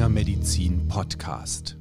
Springer Medizin Podcast.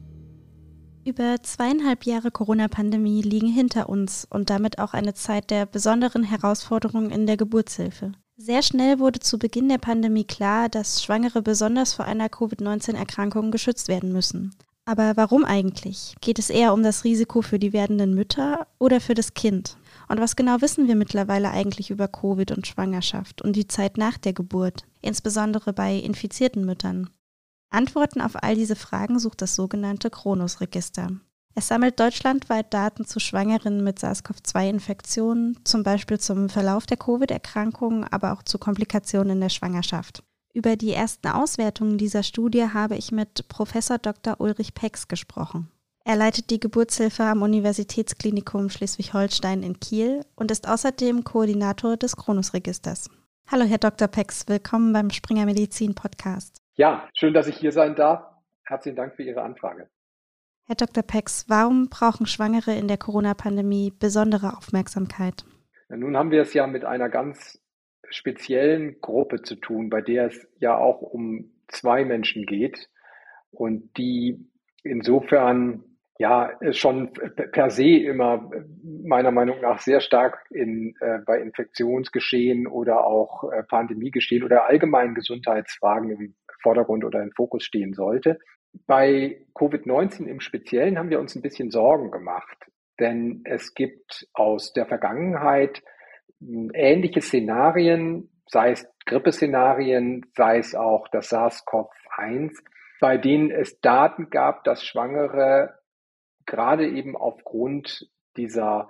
Über 2,5 Jahre Corona-Pandemie liegen hinter uns und damit auch eine Zeit der besonderen Herausforderungen in der Geburtshilfe. Sehr schnell wurde zu Beginn der Pandemie klar, dass Schwangere besonders vor einer Covid-19-Erkrankung geschützt werden müssen. Aber warum eigentlich? Geht es eher um das Risiko für die werdenden Mütter oder für das Kind? Und was genau wissen wir mittlerweile eigentlich über Covid und Schwangerschaft und die Zeit nach der Geburt, insbesondere bei infizierten Müttern? Antworten auf all diese Fragen sucht das sogenannte Kronos-Register. Es sammelt deutschlandweit Daten zu Schwangeren mit SARS-CoV-2-Infektionen, zum Beispiel zum Verlauf der Covid-Erkrankung, aber auch zu Komplikationen in der Schwangerschaft. Über die ersten Auswertungen dieser Studie habe ich mit Professor Dr. Ulrich Pex gesprochen. Er leitet die Geburtshilfe am Universitätsklinikum Schleswig-Holstein in Kiel und ist außerdem Koordinator des Kronos-Registers. Hallo Herr Dr. Pex, willkommen beim Springer Medizin Podcast. Ja, schön, dass ich hier sein darf. Herzlichen Dank für Ihre Anfrage. Herr Dr. Pex, warum brauchen Schwangere in der Corona-Pandemie besondere Aufmerksamkeit? Nun haben wir es ja mit einer ganz speziellen Gruppe zu tun, bei der es ja auch um 2 Menschen geht und die insofern ja schon per se immer meiner Meinung nach sehr stark bei Infektionsgeschehen oder auch Pandemiegeschehen oder allgemeinen Gesundheitsfragen im Vordergrund oder im Fokus stehen sollte. Bei Covid-19 im Speziellen haben wir uns ein bisschen Sorgen gemacht, denn es gibt aus der Vergangenheit ähnliche Szenarien, sei es Grippeszenarien, sei es auch das SARS-CoV-1, bei denen es Daten gab, dass Schwangere gerade eben aufgrund dieser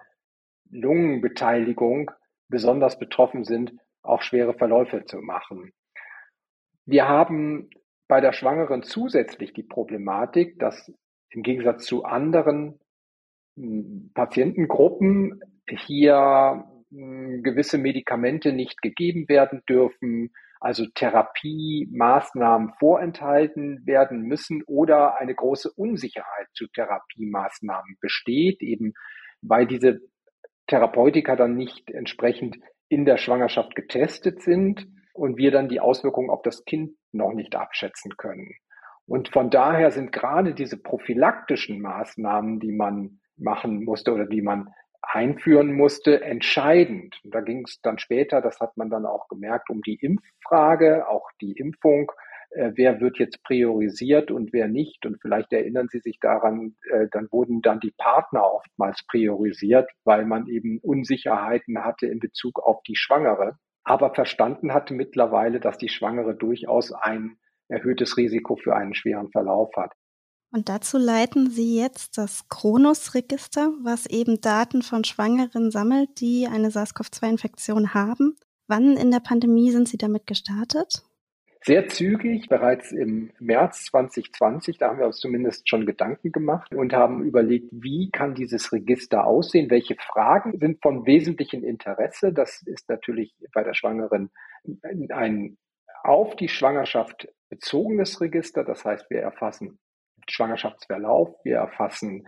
Lungenbeteiligung besonders betroffen sind, auch schwere Verläufe zu machen. Wir haben bei der Schwangeren zusätzlich die Problematik, dass im Gegensatz zu anderen Patientengruppen hier gewisse Medikamente nicht gegeben werden dürfen, also Therapiemaßnahmen vorenthalten werden müssen oder eine große Unsicherheit zu Therapiemaßnahmen besteht, eben weil diese Therapeutika dann nicht entsprechend in der Schwangerschaft getestet sind und wir dann die Auswirkungen auf das Kind noch nicht abschätzen können. Und von daher sind gerade diese prophylaktischen Maßnahmen, die man machen musste oder die man einführen musste, entscheidend. Und da ging es dann später, das hat man dann auch gemerkt, um die Impffrage, auch die Impfung. Wer wird jetzt priorisiert und wer nicht? Und vielleicht erinnern Sie sich daran, dann wurden dann die Partner oftmals priorisiert, weil man eben Unsicherheiten hatte in Bezug auf die Schwangere. Aber verstanden hatte mittlerweile, dass die Schwangere durchaus ein erhöhtes Risiko für einen schweren Verlauf hat. Und dazu leiten Sie jetzt das Kronos-Register, was eben Daten von Schwangeren sammelt, die eine SARS-CoV-2-Infektion haben. Wann in der Pandemie sind Sie damit gestartet? Sehr zügig, bereits im März 2020, da haben wir uns zumindest schon Gedanken gemacht und haben überlegt, wie kann dieses Register aussehen, welche Fragen sind von wesentlichem Interesse. Das ist natürlich bei der Schwangeren ein auf die Schwangerschaft bezogenes Register, das heißt, wir erfassen Schwangerschaftsverlauf, wir erfassen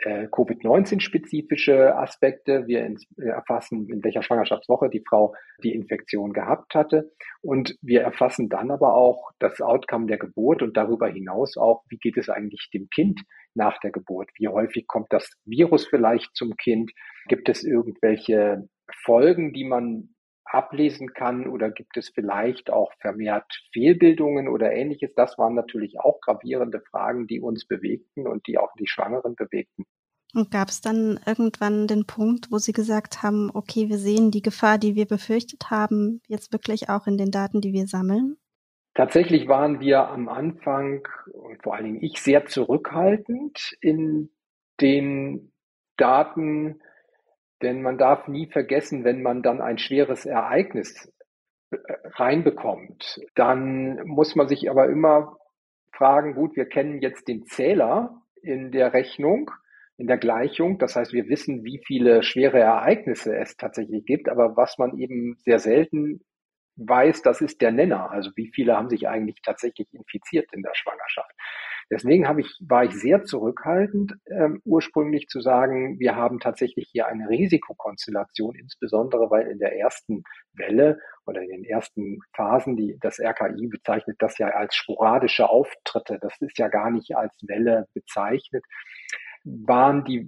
Covid-19-spezifische Aspekte, wir erfassen, in welcher Schwangerschaftswoche die Frau die Infektion gehabt hatte und wir erfassen dann aber auch das Outcome der Geburt und darüber hinaus auch, wie geht es eigentlich dem Kind nach der Geburt, wie häufig kommt das Virus vielleicht zum Kind, gibt es irgendwelche Folgen, die man ablesen kann oder gibt es vielleicht auch vermehrt Fehlbildungen oder Ähnliches? Das waren natürlich auch gravierende Fragen, die uns bewegten und die auch die Schwangeren bewegten. Und gab es dann irgendwann den Punkt, wo Sie gesagt haben, okay, wir sehen die Gefahr, die wir befürchtet haben, jetzt wirklich auch in den Daten, die wir sammeln? Tatsächlich waren wir am Anfang und vor allen Dingen ich sehr zurückhaltend in den Daten, denn man darf nie vergessen, wenn man dann ein schweres Ereignis reinbekommt, dann muss man sich aber immer fragen, gut, wir kennen jetzt den Zähler in der Rechnung, in der Gleichung. Das heißt, wir wissen, wie viele schwere Ereignisse es tatsächlich gibt, aber was man eben sehr selten weiß, das ist der Nenner. Also wie viele haben sich eigentlich tatsächlich infiziert in der Schwangerschaft. Deswegen war ich sehr zurückhaltend, ursprünglich zu sagen, wir haben tatsächlich hier eine Risikokonstellation, insbesondere weil in der ersten Welle oder in den ersten Phasen, das RKI bezeichnet das ja als sporadische Auftritte, das ist ja gar nicht als Welle bezeichnet, waren die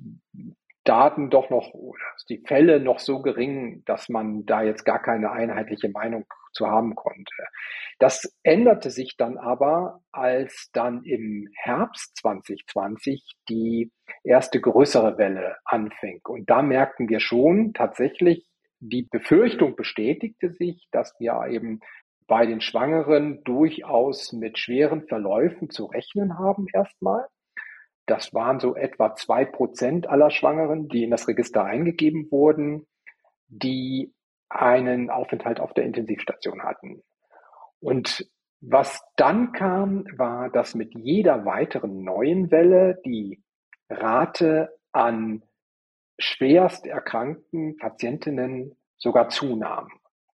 Daten doch noch, oder die Fälle noch so gering, dass man da jetzt gar keine einheitliche Meinung zu haben konnte. Das änderte sich dann aber, als dann im Herbst 2020 die erste größere Welle anfing. Und da merkten wir schon tatsächlich, die Befürchtung bestätigte sich, dass wir eben bei den Schwangeren durchaus mit schweren Verläufen zu rechnen haben erstmal. Das waren so etwa 2% aller Schwangeren, die in das Register eingegeben wurden, die einen Aufenthalt auf der Intensivstation hatten. Und was dann kam, war, dass mit jeder weiteren neuen Welle die Rate an schwerst erkrankten Patientinnen sogar zunahm.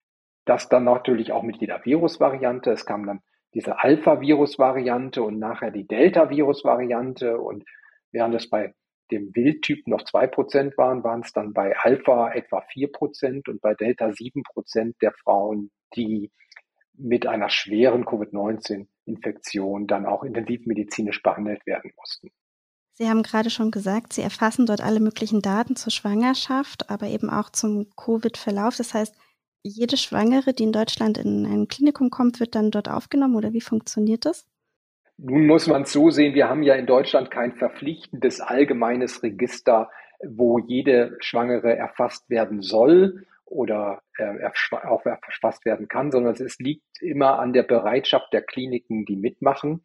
Das dann natürlich auch mit jeder Virusvariante. Es kam dann diese Alpha-Virus-Variante und nachher die Delta-Virus-Variante. Und während es bei dem Wildtyp noch 2% waren es dann bei Alpha etwa 4% und bei Delta 7% der Frauen, die mit einer schweren Covid-19-Infektion dann auch intensivmedizinisch behandelt werden mussten. Sie haben gerade schon gesagt, Sie erfassen dort alle möglichen Daten zur Schwangerschaft, aber eben auch zum Covid-Verlauf. Das heißt, jede Schwangere, die in Deutschland in ein Klinikum kommt, wird dann dort aufgenommen oder wie funktioniert das? Nun muss man es so sehen, wir haben ja in Deutschland kein verpflichtendes allgemeines Register, wo jede Schwangere erfasst werden soll oder auch erfasst werden kann, sondern es liegt immer an der Bereitschaft der Kliniken, die mitmachen.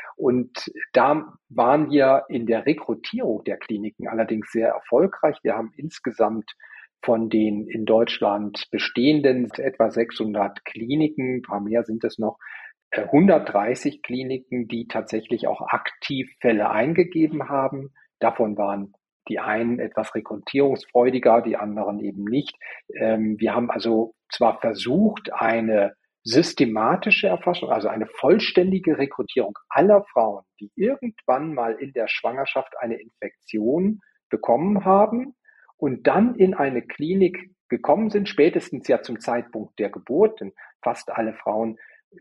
Und da waren wir in der Rekrutierung der Kliniken allerdings sehr erfolgreich. Wir haben insgesamt von den in Deutschland bestehenden etwa 600 Kliniken, ein paar mehr sind es noch, 130 Kliniken, die tatsächlich auch aktiv Fälle eingegeben haben. Davon waren die einen etwas rekrutierungsfreudiger, die anderen eben nicht. Wir haben also zwar versucht, eine systematische Erfassung, also eine vollständige Rekrutierung aller Frauen, die irgendwann mal in der Schwangerschaft eine Infektion bekommen haben und dann in eine Klinik gekommen sind, spätestens ja zum Zeitpunkt der Geburt, denn fast alle Frauen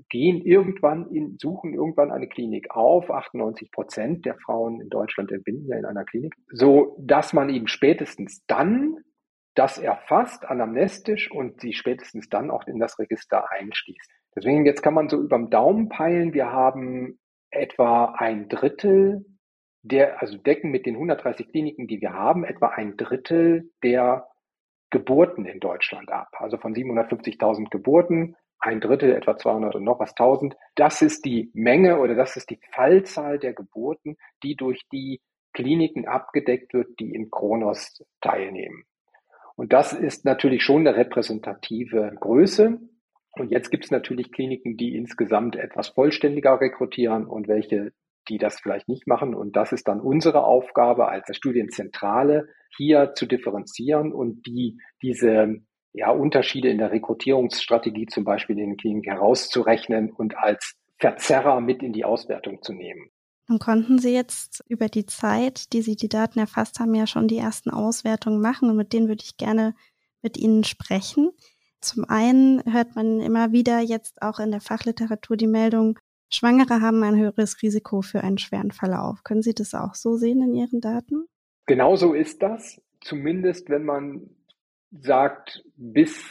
suchen irgendwann eine Klinik auf. 98% der Frauen in Deutschland entbinden ja in einer Klinik, so dass man eben spätestens dann das erfasst, anamnestisch, und sie spätestens dann auch in das Register einschließt. Deswegen, jetzt kann man so überm Daumen peilen, wir haben etwa ein Drittel also decken mit den 130 Kliniken, die wir haben, etwa ein Drittel der Geburten in Deutschland ab. Also von 750.000 Geburten, ein Drittel, etwa 200 und noch was 1000. Das ist die Menge oder das ist die Fallzahl der Geburten, die durch die Kliniken abgedeckt wird, die im Kronos teilnehmen. Und das ist natürlich schon eine repräsentative Größe. Und jetzt gibt es natürlich Kliniken, die insgesamt etwas vollständiger rekrutieren und welche, die das vielleicht nicht machen. Und das ist dann unsere Aufgabe als Studienzentrale, hier zu differenzieren und diese Unterschiede in der Rekrutierungsstrategie zum Beispiel in den Kliniken herauszurechnen und als Verzerrer mit in die Auswertung zu nehmen. Nun konnten Sie jetzt über die Zeit, die Sie die Daten erfasst haben, ja schon die ersten Auswertungen machen und mit denen würde ich gerne mit Ihnen sprechen. Zum einen hört man immer wieder jetzt auch in der Fachliteratur die Meldung, Schwangere haben ein höheres Risiko für einen schweren Verlauf. Können Sie das auch so sehen in Ihren Daten? Genauso ist das, zumindest wenn man sagt, bis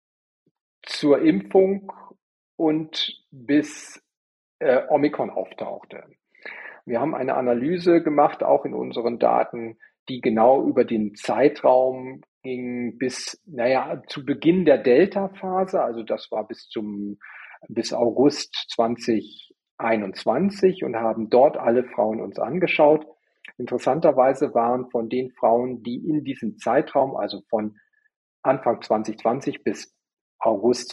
zur Impfung und bis Omikron auftauchte. Wir haben eine Analyse gemacht, auch in unseren Daten, die genau über den Zeitraum ging bis zu Beginn der Delta-Phase, also das war bis August 2021 und haben dort alle Frauen uns angeschaut. Interessanterweise waren von den Frauen, die in diesem Zeitraum, also von Anfang 2020 bis August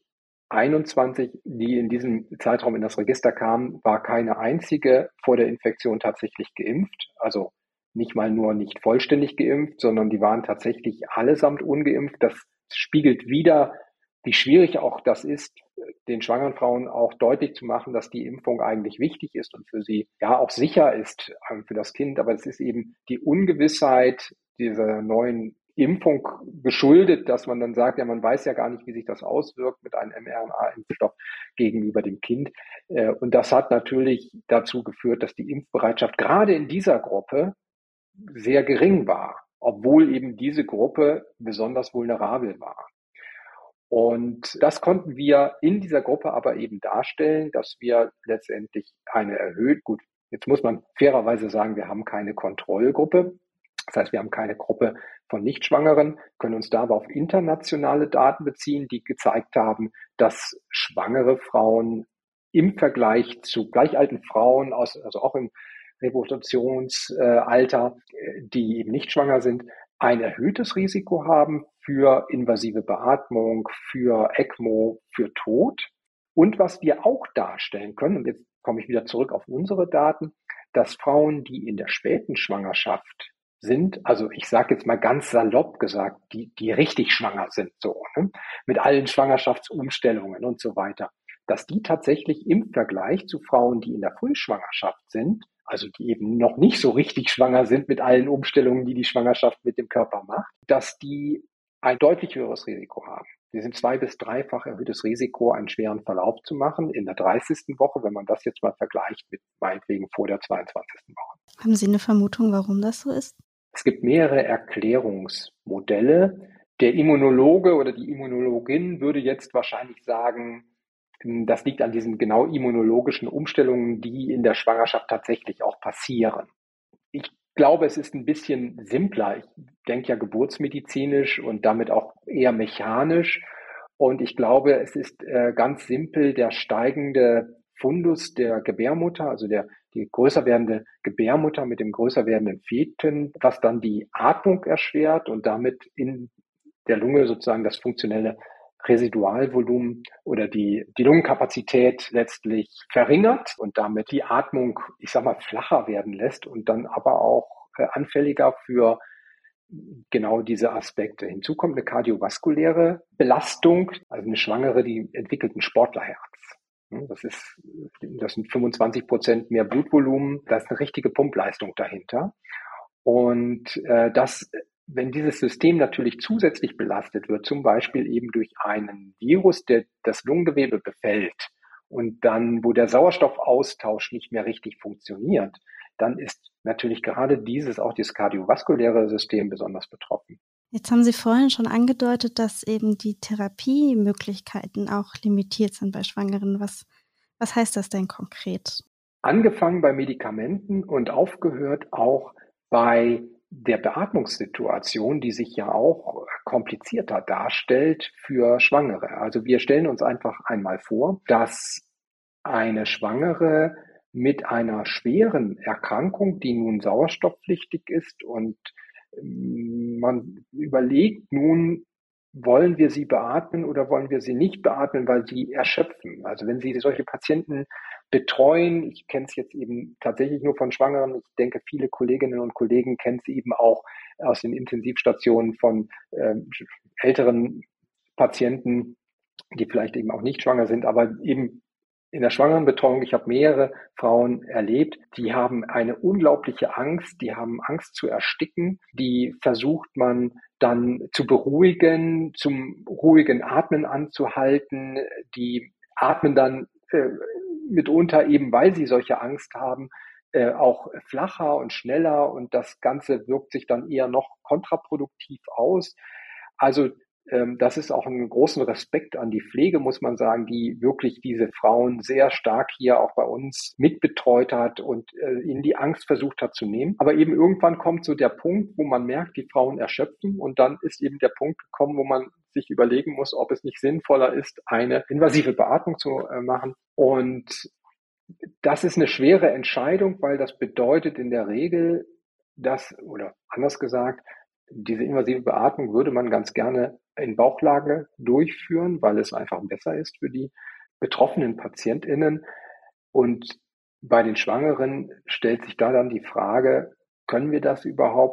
2021, die in diesem Zeitraum in das Register kamen, war keine einzige vor der Infektion tatsächlich geimpft, also nicht mal nur nicht vollständig geimpft, sondern die waren tatsächlich allesamt ungeimpft. Das spiegelt wider, wie schwierig auch das ist, den schwangeren Frauen auch deutlich zu machen, dass die Impfung eigentlich wichtig ist und für sie ja auch sicher ist für das Kind. Aber es ist eben die Ungewissheit dieser neuen Impfung geschuldet, dass man dann sagt, ja, man weiß ja gar nicht, wie sich das auswirkt mit einem mRNA-Impfstoff gegenüber dem Kind. Und das hat natürlich dazu geführt, dass die Impfbereitschaft gerade in dieser Gruppe sehr gering war, obwohl eben diese Gruppe besonders vulnerabel war. Und das konnten wir in dieser Gruppe aber eben darstellen, dass wir letztendlich gut, jetzt muss man fairerweise sagen, wir haben keine Kontrollgruppe. Das heißt, wir haben keine Gruppe von Nichtschwangeren, können uns da aber auf internationale Daten beziehen, die gezeigt haben, dass schwangere Frauen im Vergleich zu gleich alten Frauen, also auch im Reproduktionsalter, die eben nicht schwanger sind, ein erhöhtes Risiko haben für invasive Beatmung, für ECMO, für Tod. Und was wir auch darstellen können, und jetzt komme ich wieder zurück auf unsere Daten, dass Frauen, die in der späten Schwangerschaft sind, also ich sage jetzt mal ganz salopp gesagt, die richtig schwanger sind, so, ne, mit allen Schwangerschaftsumstellungen und so weiter, dass die tatsächlich im Vergleich zu Frauen, die in der Frühschwangerschaft sind, also die eben noch nicht so richtig schwanger sind mit allen Umstellungen, die die Schwangerschaft mit dem Körper macht, dass die ein deutlich höheres Risiko haben. Sie sind 2- bis 3-fach erhöhtes Risiko, einen schweren Verlauf zu machen in der 30. Woche, wenn man das jetzt mal vergleicht mit meinetwegen vor der 22. Woche. Haben Sie eine Vermutung, warum das so ist? Es gibt mehrere Erklärungsmodelle. Der Immunologe oder die Immunologin würde jetzt wahrscheinlich sagen, das liegt an diesen genau immunologischen Umstellungen, die in der Schwangerschaft tatsächlich auch passieren. Ich glaube, es ist ein bisschen simpler. Ich denke ja geburtsmedizinisch und damit auch eher mechanisch. Und ich glaube, es ist ganz simpel der steigende Fundus der Gebärmutter, also die größer werdende Gebärmutter mit dem größer werdenden Feten, was dann die Atmung erschwert und damit in der Lunge sozusagen das funktionelle Residualvolumen oder die Lungenkapazität letztlich verringert und damit die Atmung, ich sag mal, flacher werden lässt und dann aber auch anfälliger für genau diese Aspekte. Hinzu kommt eine kardiovaskuläre Belastung, also eine Schwangere, die entwickelt ein Sportlerherz. Das sind 25% mehr Blutvolumen, da ist eine richtige Pumpleistung dahinter. Und wenn dieses System natürlich zusätzlich belastet wird, zum Beispiel eben durch einen Virus, der das Lungengewebe befällt und dann, wo der Sauerstoffaustausch nicht mehr richtig funktioniert, dann ist natürlich gerade auch das kardiovaskuläre System besonders betroffen. Jetzt haben Sie vorhin schon angedeutet, dass eben die Therapiemöglichkeiten auch limitiert sind bei Schwangeren. Was heißt das denn konkret? Angefangen bei Medikamenten und aufgehört auch bei der Beatmungssituation, die sich ja auch komplizierter darstellt für Schwangere. Also wir stellen uns einfach einmal vor, dass eine Schwangere mit einer schweren Erkrankung, die nun sauerstoffpflichtig ist und man überlegt nun, wollen wir sie beatmen oder wollen wir sie nicht beatmen, weil sie erschöpfen. Also wenn Sie solche Patienten betreuen, ich kenne es jetzt eben tatsächlich nur von Schwangeren, ich denke, viele Kolleginnen und Kollegen kennen sie eben auch aus den Intensivstationen von älteren Patienten, die vielleicht eben auch nicht schwanger sind, aber eben in der Schwangerenbetreuung, ich habe mehrere Frauen erlebt, die haben eine unglaubliche Angst, die haben Angst zu ersticken, die versucht man dann zu beruhigen, zum ruhigen Atmen anzuhalten, die atmen dann mitunter eben, weil sie solche Angst haben, auch flacher und schneller und das Ganze wirkt sich dann eher noch kontraproduktiv aus. Also das ist auch einen großen Respekt an die Pflege, muss man sagen, die wirklich diese Frauen sehr stark hier auch bei uns mitbetreut hat und ihnen die Angst versucht hat zu nehmen. Aber eben irgendwann kommt so der Punkt, wo man merkt, die Frauen erschöpfen und dann ist eben der Punkt gekommen, wo man sich überlegen muss, ob es nicht sinnvoller ist, eine invasive Beatmung zu machen. Und das ist eine schwere Entscheidung, weil das bedeutet in der Regel, oder anders gesagt, diese invasive Beatmung würde man ganz gerne in Bauchlage durchführen, weil es einfach besser ist für die betroffenen PatientInnen. Und bei den Schwangeren stellt sich da dann die Frage, können wir das überhaupt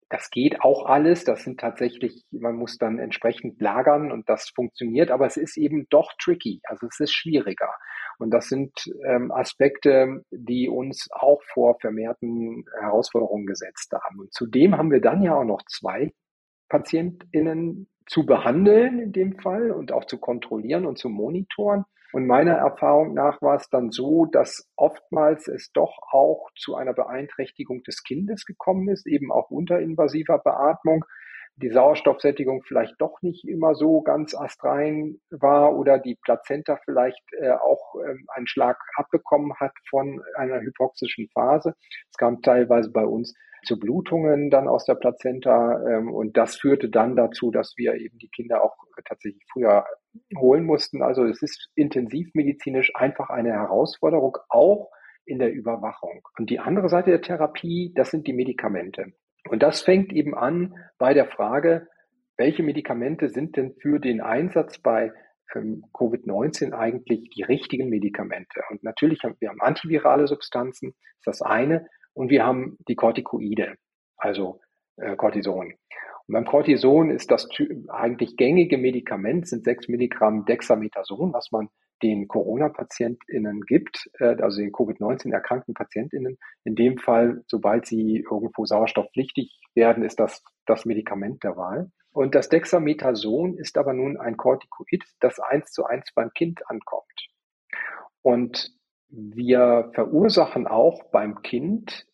Das geht auch alles. Das sind tatsächlich, man muss dann entsprechend lagern und das funktioniert, aber es ist eben doch tricky. Also es ist schwieriger. Und das sind Aspekte, die uns auch vor vermehrten Herausforderungen gesetzt haben. Und zudem haben wir dann ja auch noch zwei PatientInnen zu behandeln in dem Fall und auch zu kontrollieren und zu monitoren. Und meiner Erfahrung nach war es dann so, dass oftmals es doch auch zu einer Beeinträchtigung des Kindes gekommen ist, eben auch unterinvasiver Beatmung. Die Sauerstoffsättigung vielleicht doch nicht immer so ganz astrein war oder die Plazenta vielleicht auch einen Schlag abbekommen hat von einer hypoxischen Phase. Es kam teilweise bei uns zu Blutungen dann aus der Plazenta und das führte dann dazu, dass wir eben die Kinder auch tatsächlich früher holen mussten. Also es ist intensivmedizinisch einfach eine Herausforderung, auch in der Überwachung. Und die andere Seite der Therapie, das sind die Medikamente. Und das fängt eben an bei der Frage, welche Medikamente sind denn für den Einsatz bei Covid-19 eigentlich die richtigen Medikamente? Und natürlich haben wir antivirale Substanzen, ist das eine, und wir haben die Corticoide, also Cortison. Und beim Cortison ist das eigentlich gängige Medikament, sind 6 Milligramm Dexamethason, was man den Corona-PatientInnen gibt, also den Covid-19 erkrankten PatientInnen. In dem Fall, sobald sie irgendwo sauerstoffpflichtig werden, ist das Medikament der Wahl. Und das Dexamethason ist aber nun ein Corticoid, das 1:1 beim Kind ankommt. Und wir verursachen auch beim Kind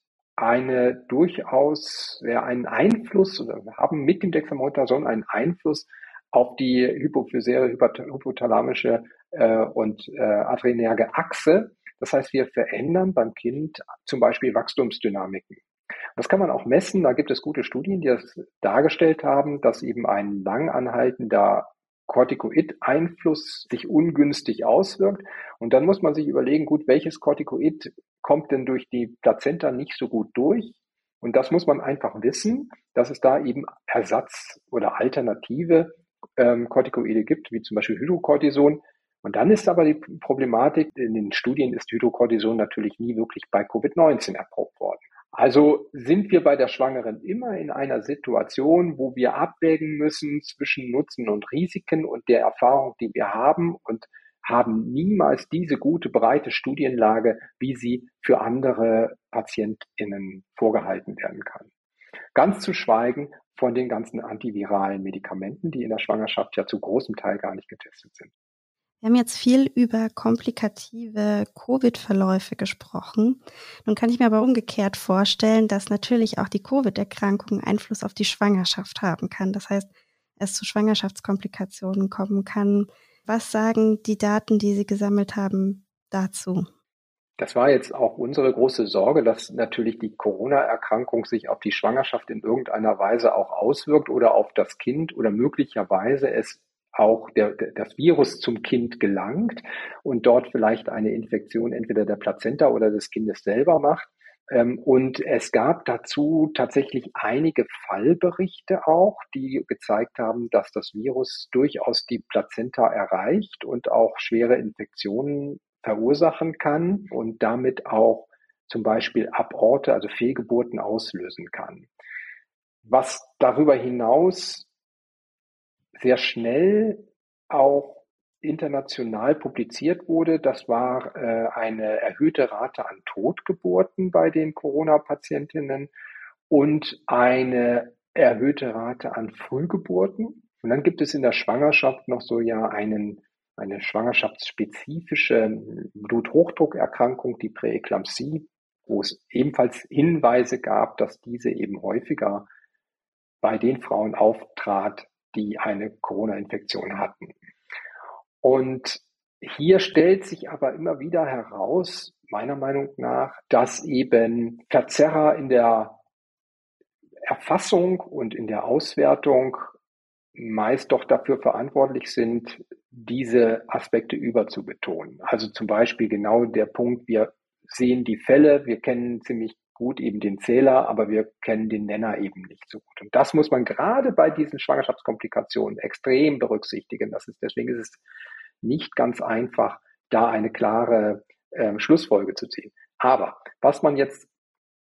einen Einfluss oder wir haben mit dem Dexamethason einen Einfluss auf die hypophysäre, hypothalamische und adrenerge Achse. Das heißt, wir verändern beim Kind zum Beispiel Wachstumsdynamiken. Das kann man auch messen. Da gibt es gute Studien, die das dargestellt haben, dass eben ein lang anhaltender Corticoid-Einfluss sich ungünstig auswirkt. Und dann muss man sich überlegen, gut, welches Corticoid kommt denn durch die Plazenta nicht so gut durch? Und das muss man einfach wissen, dass es da eben Ersatz- oder alternative Corticoide gibt, wie zum Beispiel Hydrocortison. Und dann ist aber die Problematik, in den Studien ist Hydrocortison natürlich nie wirklich bei Covid-19 erprobt worden. Also sind wir bei der Schwangeren immer in einer Situation, wo wir abwägen müssen zwischen Nutzen und Risiken und der Erfahrung, die wir haben und haben niemals diese gute, breite Studienlage, wie sie für andere PatientInnen vorgehalten werden kann. Ganz zu schweigen von den ganzen antiviralen Medikamenten, die in der Schwangerschaft ja zu großem Teil gar nicht getestet sind. Wir haben jetzt viel über komplikative Covid-Verläufe gesprochen. Nun kann ich mir aber umgekehrt vorstellen, dass natürlich auch die Covid-Erkrankung Einfluss auf die Schwangerschaft haben kann. Das heißt, es zu Schwangerschaftskomplikationen kommen kann. Was sagen die Daten, die Sie gesammelt haben, dazu? Das war jetzt auch unsere große Sorge, dass natürlich die Corona-Erkrankung sich auf die Schwangerschaft in irgendeiner Weise auch auswirkt oder auf das Kind oder möglicherweise es auch das Virus zum Kind gelangt und dort vielleicht eine Infektion entweder der Plazenta oder des Kindes selber macht. Und es gab dazu tatsächlich einige Fallberichte auch, die gezeigt haben, dass das Virus durchaus die Plazenta erreicht und auch schwere Infektionen verursachen kann und damit auch zum Beispiel Aborte, also Fehlgeburten auslösen kann. Was darüber hinaus sehr schnell auch international publiziert wurde, das war eine erhöhte Rate an Totgeburten bei den Corona-Patientinnen und eine erhöhte Rate an Frühgeburten. Und dann gibt es in der Schwangerschaft noch so ja eine schwangerschaftsspezifische Bluthochdruckerkrankung, die Präeklampsie, wo es ebenfalls Hinweise gab, dass diese eben häufiger bei den Frauen auftrat, die eine Corona-Infektion hatten. Und hier stellt sich aber immer wieder heraus, meiner Meinung nach, dass eben Verzerrer in der Erfassung und in der Auswertung meist doch dafür verantwortlich sind, diese Aspekte überzubetonen. Also zum Beispiel genau der Punkt, wir sehen die Fälle, wir kennen ziemlich gut eben den Zähler, aber wir kennen den Nenner eben nicht so gut. Und das muss man gerade bei diesen Schwangerschaftskomplikationen extrem berücksichtigen. Deswegen ist es nicht ganz einfach, da eine klare Schlussfolge zu ziehen. Aber was man jetzt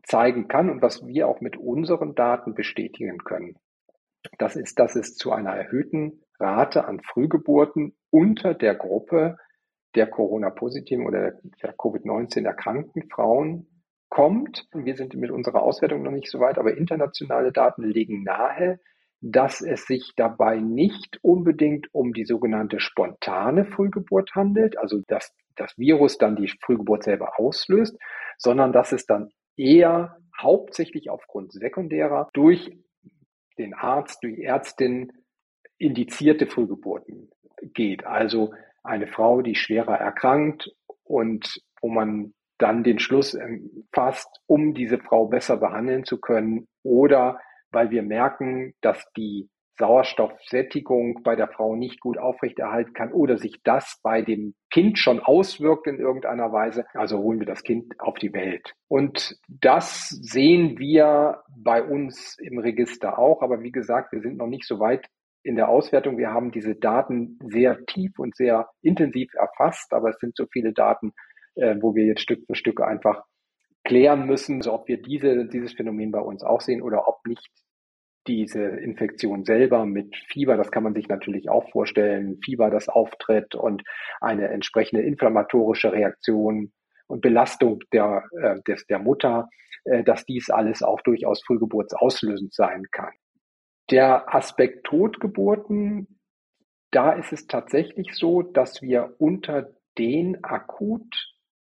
zeigen kann und was wir auch mit unseren Daten bestätigen können, das ist, dass es zu einer erhöhten Rate an Frühgeburten unter der Gruppe der Corona-positiven oder der Covid-19 erkrankten Frauen kommt. Wir sind mit unserer Auswertung noch nicht so weit, aber internationale Daten legen nahe, dass es sich dabei nicht unbedingt um die sogenannte spontane Frühgeburt handelt, also dass das Virus dann die Frühgeburt selber auslöst, sondern dass es dann eher hauptsächlich aufgrund sekundärer durch den Arzt, durch die Ärztin indizierte Frühgeburten geht. Also eine Frau, die schwerer erkrankt und wo man dann den Schluss fasst, um diese Frau besser behandeln zu können oder weil wir merken, dass die Sauerstoffsättigung bei der Frau nicht gut aufrechterhalten kann oder sich das bei dem Kind schon auswirkt in irgendeiner Weise. Also holen wir das Kind auf die Welt. Und das sehen wir bei uns im Register auch. Aber wie gesagt, wir sind noch nicht so weit in der Auswertung. Wir haben diese Daten sehr tief und sehr intensiv erfasst, aber es sind so viele Daten, wo wir jetzt Stück für Stück einfach klären müssen, so ob wir dieses Phänomen bei uns auch sehen oder ob nicht diese Infektion selber mit Fieber, das kann man sich natürlich auch vorstellen, Fieber, das auftritt und eine entsprechende inflammatorische Reaktion und Belastung der Mutter, dass dies alles auch durchaus frühgeburtsauslösend sein kann. Der Aspekt Totgeburten, da ist es tatsächlich so, dass wir unter den akut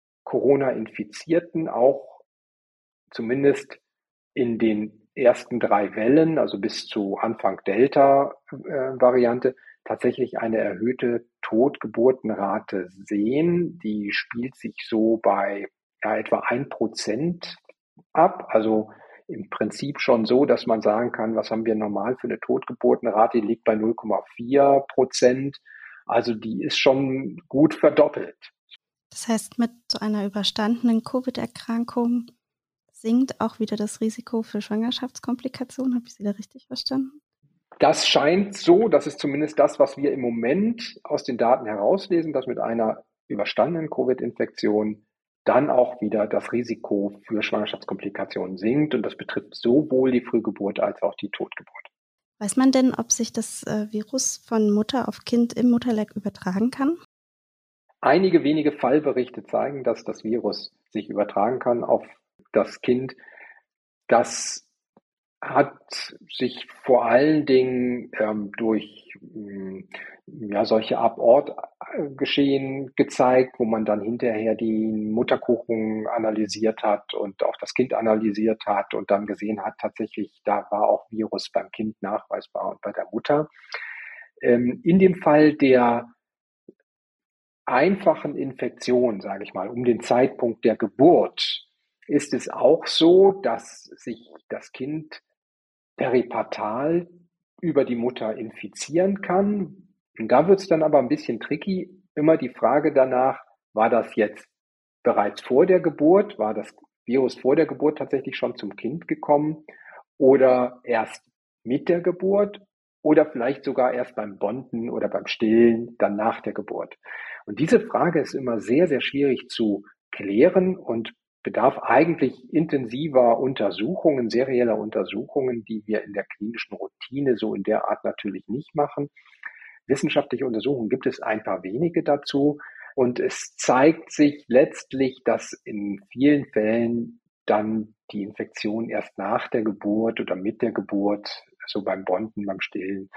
Corona-Infizierten auch zumindest in den ersten 3 Wellen, also bis zu Anfang Delta-Variante, tatsächlich eine erhöhte Totgeburtenrate sehen. Die spielt sich so bei etwa 1% ab. Also im Prinzip schon so, dass man sagen kann, was haben wir normal für eine Totgeburtenrate? Die liegt bei 0,4%. Also die ist schon gut verdoppelt. Das heißt, mit so einer überstandenen Covid-Erkrankung sinkt auch wieder das Risiko für Schwangerschaftskomplikationen. Habe ich Sie da richtig verstanden? Das scheint so, das ist zumindest das, was wir im Moment aus den Daten herauslesen, dass mit einer überstandenen Covid-Infektion dann auch wieder das Risiko für Schwangerschaftskomplikationen sinkt. Und das betrifft sowohl die Frühgeburt als auch die Totgeburt. Weiß man denn, ob sich das Virus von Mutter auf Kind im Mutterleib übertragen kann? Einige wenige Fallberichte zeigen, dass das Virus sich übertragen kann auf das Kind. Das hat sich vor allen Dingen durch solche Ab-Ort-Geschehen gezeigt, wo man dann hinterher den Mutterkuchen analysiert hat und auch das Kind analysiert hat und dann gesehen hat, tatsächlich, da war auch Virus beim Kind nachweisbar und bei der Mutter. In dem Fall der einfachen Infektion, sage ich mal, um den Zeitpunkt der Geburt, ist es auch so, dass sich das Kind peripartal über die Mutter infizieren kann. Und da wird es dann aber ein bisschen tricky. Immer die Frage danach, war das jetzt bereits vor der Geburt? War das Virus vor der Geburt tatsächlich schon zum Kind gekommen? Oder erst mit der Geburt? Oder vielleicht sogar erst beim Bonden oder beim Stillen, dann nach der Geburt? Und diese Frage ist immer sehr, sehr schwierig zu klären und bedarf eigentlich intensiver Untersuchungen, serieller Untersuchungen, die wir in der klinischen Routine so in der Art natürlich nicht machen. Wissenschaftliche Untersuchungen gibt es ein paar wenige dazu. Und es zeigt sich letztlich, dass in vielen Fällen dann die Infektion erst nach der Geburt oder mit der Geburt, so beim Bonden, beim Stillen,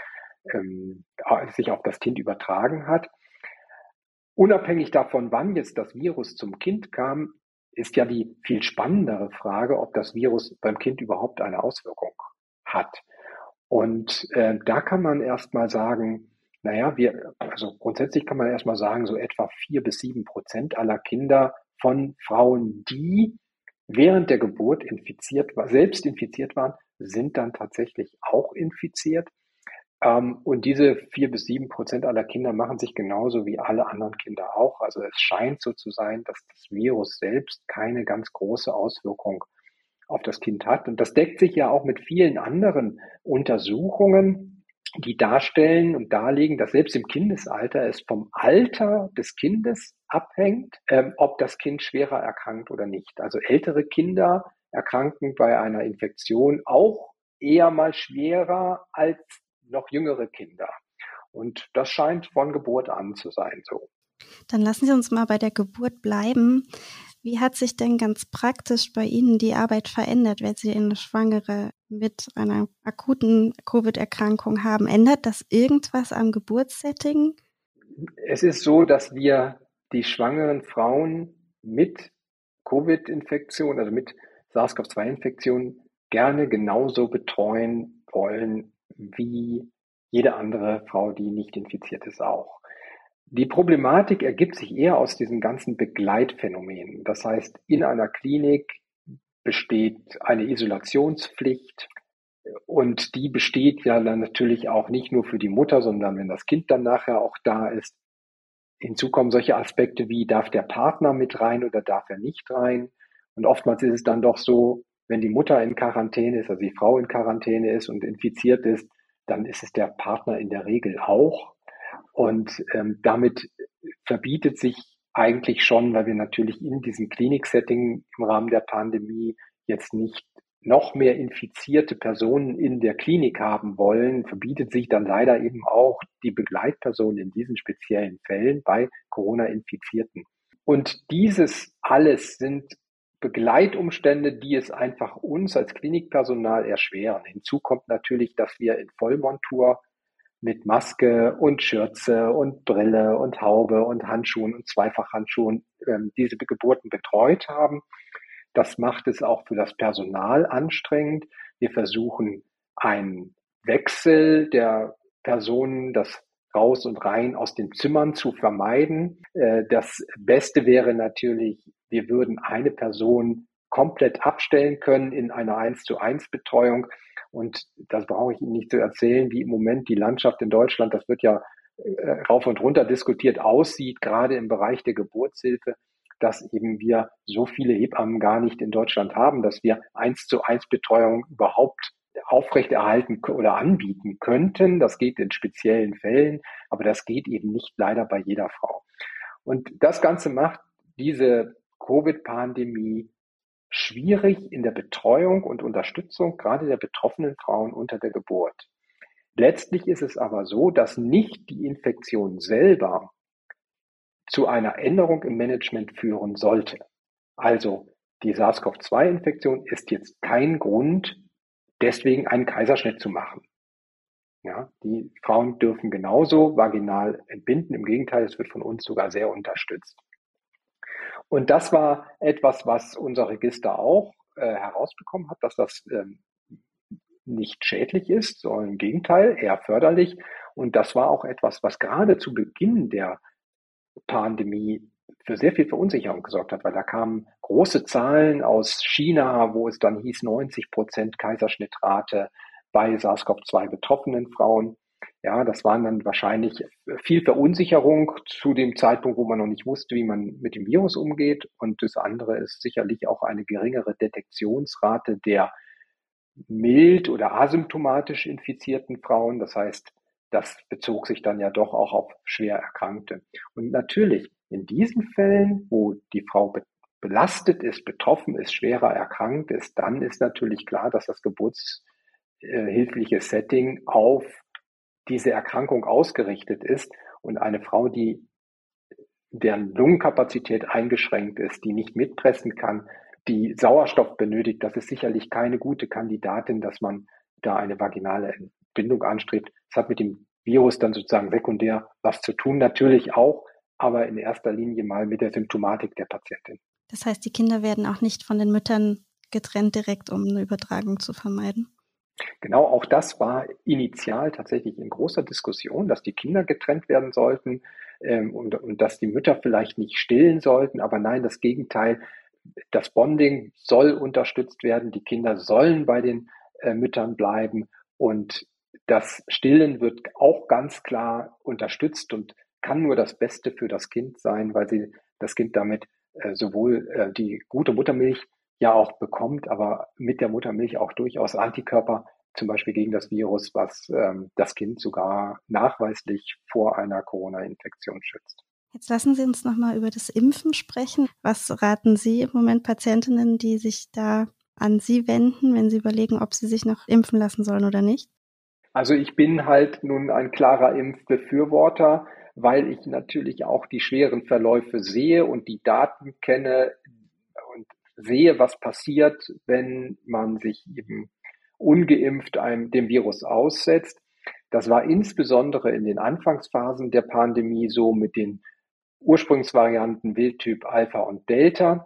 sich auf das Kind übertragen hat. Unabhängig davon, wann jetzt das Virus zum Kind kam, ist ja die viel spannendere Frage, ob das Virus beim Kind überhaupt eine Auswirkung hat. Und da kann man erstmal sagen, also grundsätzlich kann man erstmal sagen, so etwa 4-7% aller Kinder von Frauen, die während der Geburt selbst infiziert waren, sind dann tatsächlich auch infiziert. Und diese 4-7% aller Kinder machen sich genauso wie alle anderen Kinder auch. Also es scheint so zu sein, dass das Virus selbst keine ganz große Auswirkung auf das Kind hat. Und das deckt sich ja auch mit vielen anderen Untersuchungen, die darstellen und darlegen, dass selbst im Kindesalter es vom Alter des Kindes abhängt, ob das Kind schwerer erkrankt oder nicht. Also ältere Kinder erkranken bei einer Infektion auch eher mal schwerer als noch jüngere Kinder. Und das scheint von Geburt an zu sein so. Dann lassen Sie uns mal bei der Geburt bleiben. Wie hat sich denn ganz praktisch bei Ihnen die Arbeit verändert, wenn Sie eine Schwangere mit einer akuten Covid-Erkrankung haben? Ändert das irgendwas am Geburtssetting? Es ist so, dass wir die schwangeren Frauen mit Covid-Infektion, also mit SARS-CoV-2-Infektion, gerne genauso betreuen wollen wie jede andere Frau, die nicht infiziert ist, auch. Die Problematik ergibt sich eher aus diesen ganzen Begleitphänomenen. Das heißt, in einer Klinik besteht eine Isolationspflicht und die besteht ja dann natürlich auch nicht nur für die Mutter, sondern wenn das Kind dann nachher auch da ist. Hinzu kommen solche Aspekte wie, darf der Partner mit rein oder darf er nicht rein? Und oftmals ist es dann doch so, wenn die Mutter in Quarantäne ist, also die Frau in Quarantäne ist und infiziert ist, dann ist es der Partner in der Regel auch. Und damit verbietet sich eigentlich schon, weil wir natürlich in diesem Kliniksetting im Rahmen der Pandemie jetzt nicht noch mehr infizierte Personen in der Klinik haben wollen, verbietet sich dann leider eben auch die Begleitperson in diesen speziellen Fällen bei Corona-Infizierten. Und dieses alles sind Begleitumstände, die es einfach uns als Klinikpersonal erschweren. Hinzu kommt natürlich, dass wir in Vollmontur mit Maske und Schürze und Brille und Haube und Handschuhen und Zweifachhandschuhen diese Geburten betreut haben. Das macht es auch für das Personal anstrengend. Wir versuchen einen Wechsel der Personen, das Raus und Rein aus den Zimmern zu vermeiden. Das Beste wäre natürlich, wir würden eine Person komplett abstellen können in einer 1:1 Betreuung. Und das brauche ich Ihnen nicht zu erzählen, wie im Moment die Landschaft in Deutschland, das wird ja rauf und runter diskutiert, aussieht, gerade im Bereich der Geburtshilfe, dass eben wir so viele Hebammen gar nicht in Deutschland haben, dass wir 1:1 Betreuung überhaupt aufrechterhalten oder anbieten könnten. Das geht in speziellen Fällen, aber das geht eben nicht leider bei jeder Frau. Und das Ganze macht diese Covid-Pandemie schwierig in der Betreuung und Unterstützung gerade der betroffenen Frauen unter der Geburt. Letztlich ist es aber so, dass nicht die Infektion selber zu einer Änderung im Management führen sollte. Also die SARS-CoV-2-Infektion ist jetzt kein Grund, deswegen einen Kaiserschnitt zu machen. Ja, die Frauen dürfen genauso vaginal entbinden. Im Gegenteil, es wird von uns sogar sehr unterstützt. Und das war etwas, was unser Register auch herausbekommen hat, dass das nicht schädlich ist, sondern im Gegenteil eher förderlich. Und das war auch etwas, was gerade zu Beginn der Pandemie für sehr viel Verunsicherung gesorgt hat, weil da kamen große Zahlen aus China, wo es dann hieß 90% Kaiserschnittrate bei SARS-CoV-2 betroffenen Frauen. Ja, das waren dann wahrscheinlich viel Verunsicherung zu dem Zeitpunkt, wo man noch nicht wusste, wie man mit dem Virus umgeht. Und das andere ist sicherlich auch eine geringere Detektionsrate der mild oder asymptomatisch infizierten Frauen. Das heißt, das bezog sich dann ja doch auch auf schwer Erkrankte. Und natürlich in diesen Fällen, wo die Frau belastet ist, betroffen ist, schwerer erkrankt ist, dann ist natürlich klar, dass das geburtshilfliche Setting auf diese Erkrankung ausgerichtet ist und eine Frau, deren Lungenkapazität eingeschränkt ist, die nicht mitpressen kann, die Sauerstoff benötigt, das ist sicherlich keine gute Kandidatin, dass man da eine vaginale Entbindung anstrebt. Das hat mit dem Virus dann sozusagen sekundär was zu tun, natürlich auch, aber in erster Linie mal mit der Symptomatik der Patientin. Das heißt, die Kinder werden auch nicht von den Müttern getrennt direkt, um eine Übertragung zu vermeiden? Genau, auch das war initial tatsächlich in großer Diskussion, dass die Kinder getrennt werden sollten und dass die Mütter vielleicht nicht stillen sollten. Aber nein, das Gegenteil, das Bonding soll unterstützt werden, die Kinder sollen bei den Müttern bleiben und das Stillen wird auch ganz klar unterstützt und kann nur das Beste für das Kind sein, weil das Kind damit sowohl die gute Muttermilch ja auch bekommt, aber mit der Muttermilch auch durchaus Antikörper, zum Beispiel gegen das Virus, was das Kind sogar nachweislich vor einer Corona-Infektion schützt. Jetzt lassen Sie uns nochmal über das Impfen sprechen. Was raten Sie im Moment Patientinnen, die sich da an Sie wenden, wenn Sie überlegen, ob Sie sich noch impfen lassen sollen oder nicht? Also ich bin halt nun ein klarer Impfbefürworter, weil ich natürlich auch die schweren Verläufe sehe und die Daten kenne und sehe, was passiert, wenn man sich eben ungeimpft dem Virus aussetzt. Das war insbesondere in den Anfangsphasen der Pandemie so mit den Ursprungsvarianten Wildtyp Alpha und Delta.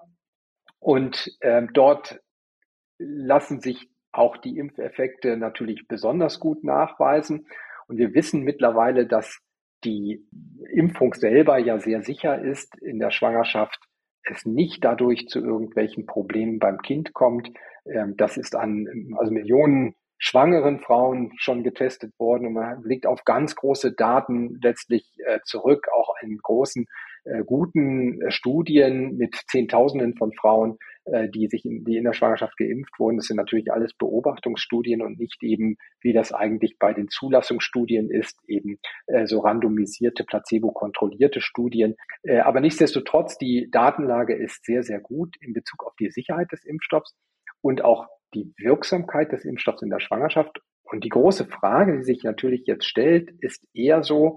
Und dort lassen sich auch die Impfeffekte natürlich besonders gut nachweisen. Und wir wissen mittlerweile, dass die Impfung selber ja sehr sicher ist in der Schwangerschaft, es nicht dadurch zu irgendwelchen Problemen beim Kind kommt. Das ist an Millionen schwangeren Frauen schon getestet worden und man blickt auf ganz große Daten letztlich zurück, auch in großen, guten Studien mit Zehntausenden von Frauen, die in der Schwangerschaft geimpft wurden. Das sind natürlich alles Beobachtungsstudien und nicht eben, wie das eigentlich bei den Zulassungsstudien ist, eben so randomisierte, placebo-kontrollierte Studien. Aber nichtsdestotrotz, die Datenlage ist sehr, sehr gut in Bezug auf die Sicherheit des Impfstoffs und auch die Wirksamkeit des Impfstoffs in der Schwangerschaft. Und die große Frage, die sich natürlich jetzt stellt, ist eher so,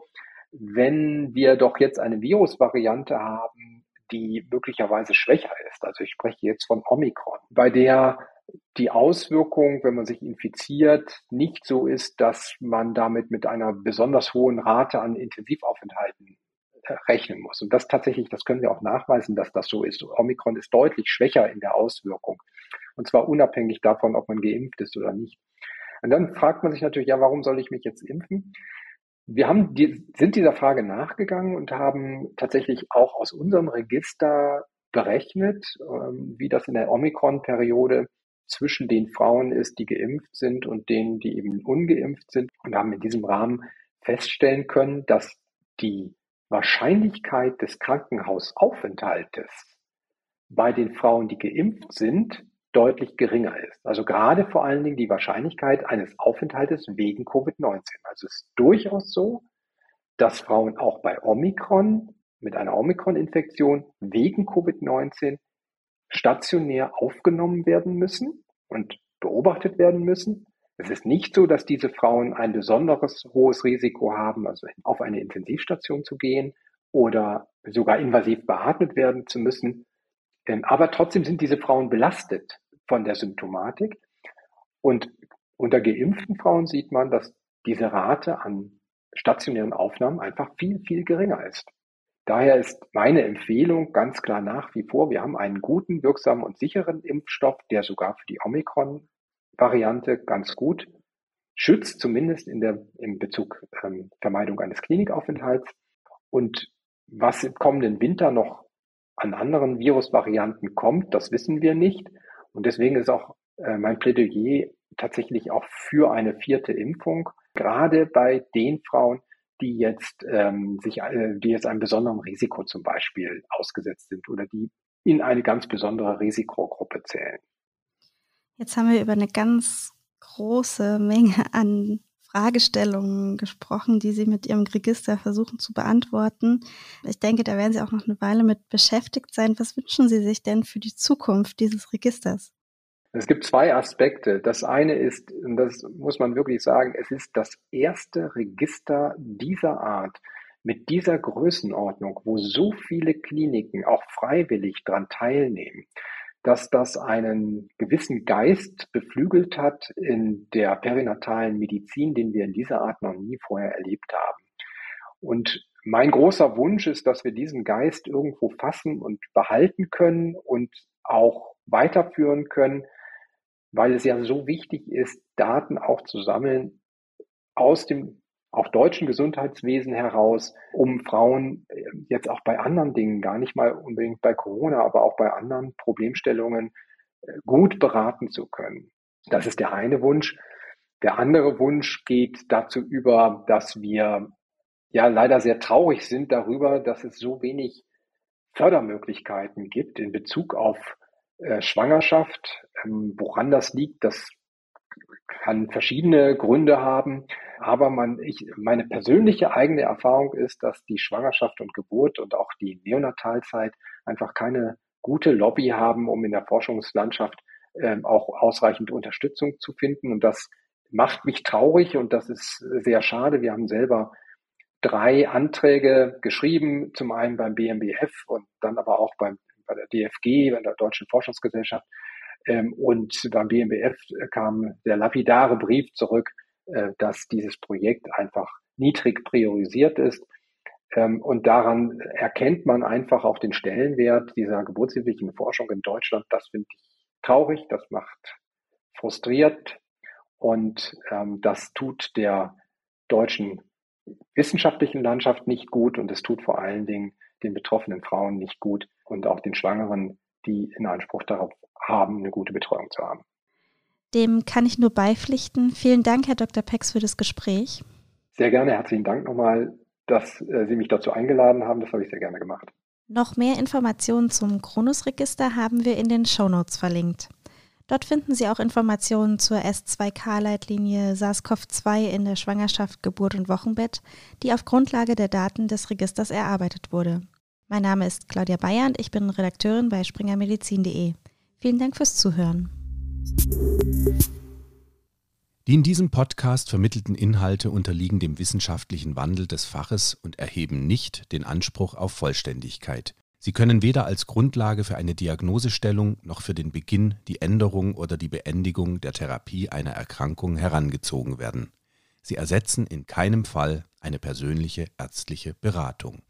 wenn wir doch jetzt eine Virusvariante haben, die möglicherweise schwächer ist. Also ich spreche jetzt von Omikron, bei der die Auswirkung, wenn man sich infiziert, nicht so ist, dass man damit mit einer besonders hohen Rate an Intensivaufenthalten rechnen muss. Und das tatsächlich, das können wir auch nachweisen, dass das so ist. Omikron ist deutlich schwächer in der Auswirkung. Und zwar unabhängig davon, ob man geimpft ist oder nicht. Und dann fragt man sich natürlich, ja, warum soll ich mich jetzt impfen? Wir sind dieser Frage nachgegangen und haben tatsächlich auch aus unserem Register berechnet, wie das in der Omikron-Periode zwischen den Frauen ist, die geimpft sind und denen, die eben ungeimpft sind, und haben in diesem Rahmen feststellen können, dass die Wahrscheinlichkeit des Krankenhausaufenthaltes bei den Frauen, die geimpft sind, deutlich geringer ist. Also gerade vor allen Dingen die Wahrscheinlichkeit eines Aufenthaltes wegen Covid-19. Also es ist durchaus so, dass Frauen auch bei Omikron mit einer Omikron-Infektion wegen Covid-19 stationär aufgenommen werden müssen und beobachtet werden müssen. Es ist nicht so, dass diese Frauen ein besonderes hohes Risiko haben, also auf eine Intensivstation zu gehen oder sogar invasiv beatmet werden zu müssen. Aber trotzdem sind diese Frauen belastet von der Symptomatik. Und unter geimpften Frauen sieht man, dass diese Rate an stationären Aufnahmen einfach viel, viel geringer ist. Daher ist meine Empfehlung ganz klar nach wie vor, wir haben einen guten, wirksamen und sicheren Impfstoff, der sogar für die Omikron-Variante ganz gut schützt, zumindest im Bezug Vermeidung eines Klinikaufenthalts. Und was im kommenden Winter noch an anderen Virusvarianten kommt, das wissen wir nicht. Und deswegen ist auch mein Plädoyer tatsächlich auch für eine 4. Impfung, gerade bei den Frauen, die jetzt einem besonderen Risiko zum Beispiel ausgesetzt sind oder die in eine ganz besondere Risikogruppe zählen. Jetzt haben wir über eine ganz große Menge an Fragestellungen gesprochen, die Sie mit Ihrem Register versuchen zu beantworten. Ich denke, da werden Sie auch noch eine Weile mit beschäftigt sein. Was wünschen Sie sich denn für die Zukunft dieses Registers? Es gibt 2 Aspekte. Das eine ist, und das muss man wirklich sagen, es ist das erste Register dieser Art mit dieser Größenordnung, wo so viele Kliniken auch freiwillig daran teilnehmen, dass das einen gewissen Geist beflügelt hat in der perinatalen Medizin, den wir in dieser Art noch nie vorher erlebt haben. Und mein großer Wunsch ist, dass wir diesen Geist irgendwo fassen und behalten können und auch weiterführen können, weil es ja so wichtig ist, Daten auch zu sammeln aus dem auch deutschen Gesundheitswesen heraus, um Frauen jetzt auch bei anderen Dingen, gar nicht mal unbedingt bei Corona, aber auch bei anderen Problemstellungen gut beraten zu können. Das ist der eine Wunsch. Der andere Wunsch geht dazu über, dass wir ja leider sehr traurig sind darüber, dass es so wenig Fördermöglichkeiten gibt in Bezug auf Schwangerschaft. Woran das liegt, das kann verschiedene Gründe haben. Aber meine persönliche eigene Erfahrung ist, dass die Schwangerschaft und Geburt und auch die Neonatalzeit einfach keine gute Lobby haben, um in der Forschungslandschaft auch ausreichend Unterstützung zu finden. Und das macht mich traurig und das ist sehr schade. Wir haben selber 3 Anträge geschrieben, zum einen beim BMBF und dann aber auch bei der DFG, bei der Deutschen Forschungsgesellschaft. Und beim BMBF kam der lapidare Brief zurück, dass dieses Projekt einfach niedrig priorisiert ist. Und daran erkennt man einfach auch den Stellenwert dieser geburtshilflichen Forschung in Deutschland. Das finde ich traurig, das macht frustriert und das tut der deutschen wissenschaftlichen Landschaft nicht gut und es tut vor allen Dingen den betroffenen Frauen nicht gut und auch den Schwangeren, die in Anspruch darauf haben, eine gute Betreuung zu haben. Dem kann ich nur beipflichten. Vielen Dank, Herr Dr. Pex, für das Gespräch. Sehr gerne, herzlichen Dank nochmal, dass Sie mich dazu eingeladen haben. Das habe ich sehr gerne gemacht. Noch mehr Informationen zum Kronos-Register haben wir in den Shownotes verlinkt. Dort finden Sie auch Informationen zur S2K-Leitlinie SARS-CoV-2 in der Schwangerschaft, Geburt und Wochenbett, die auf Grundlage der Daten des Registers erarbeitet wurde. Mein Name ist Claudia Bayer und ich bin Redakteurin bei springermedizin.de. Vielen Dank fürs Zuhören. Die in diesem Podcast vermittelten Inhalte unterliegen dem wissenschaftlichen Wandel des Faches und erheben nicht den Anspruch auf Vollständigkeit. Sie können weder als Grundlage für eine Diagnosestellung noch für den Beginn, die Änderung oder die Beendigung der Therapie einer Erkrankung herangezogen werden. Sie ersetzen in keinem Fall eine persönliche ärztliche Beratung.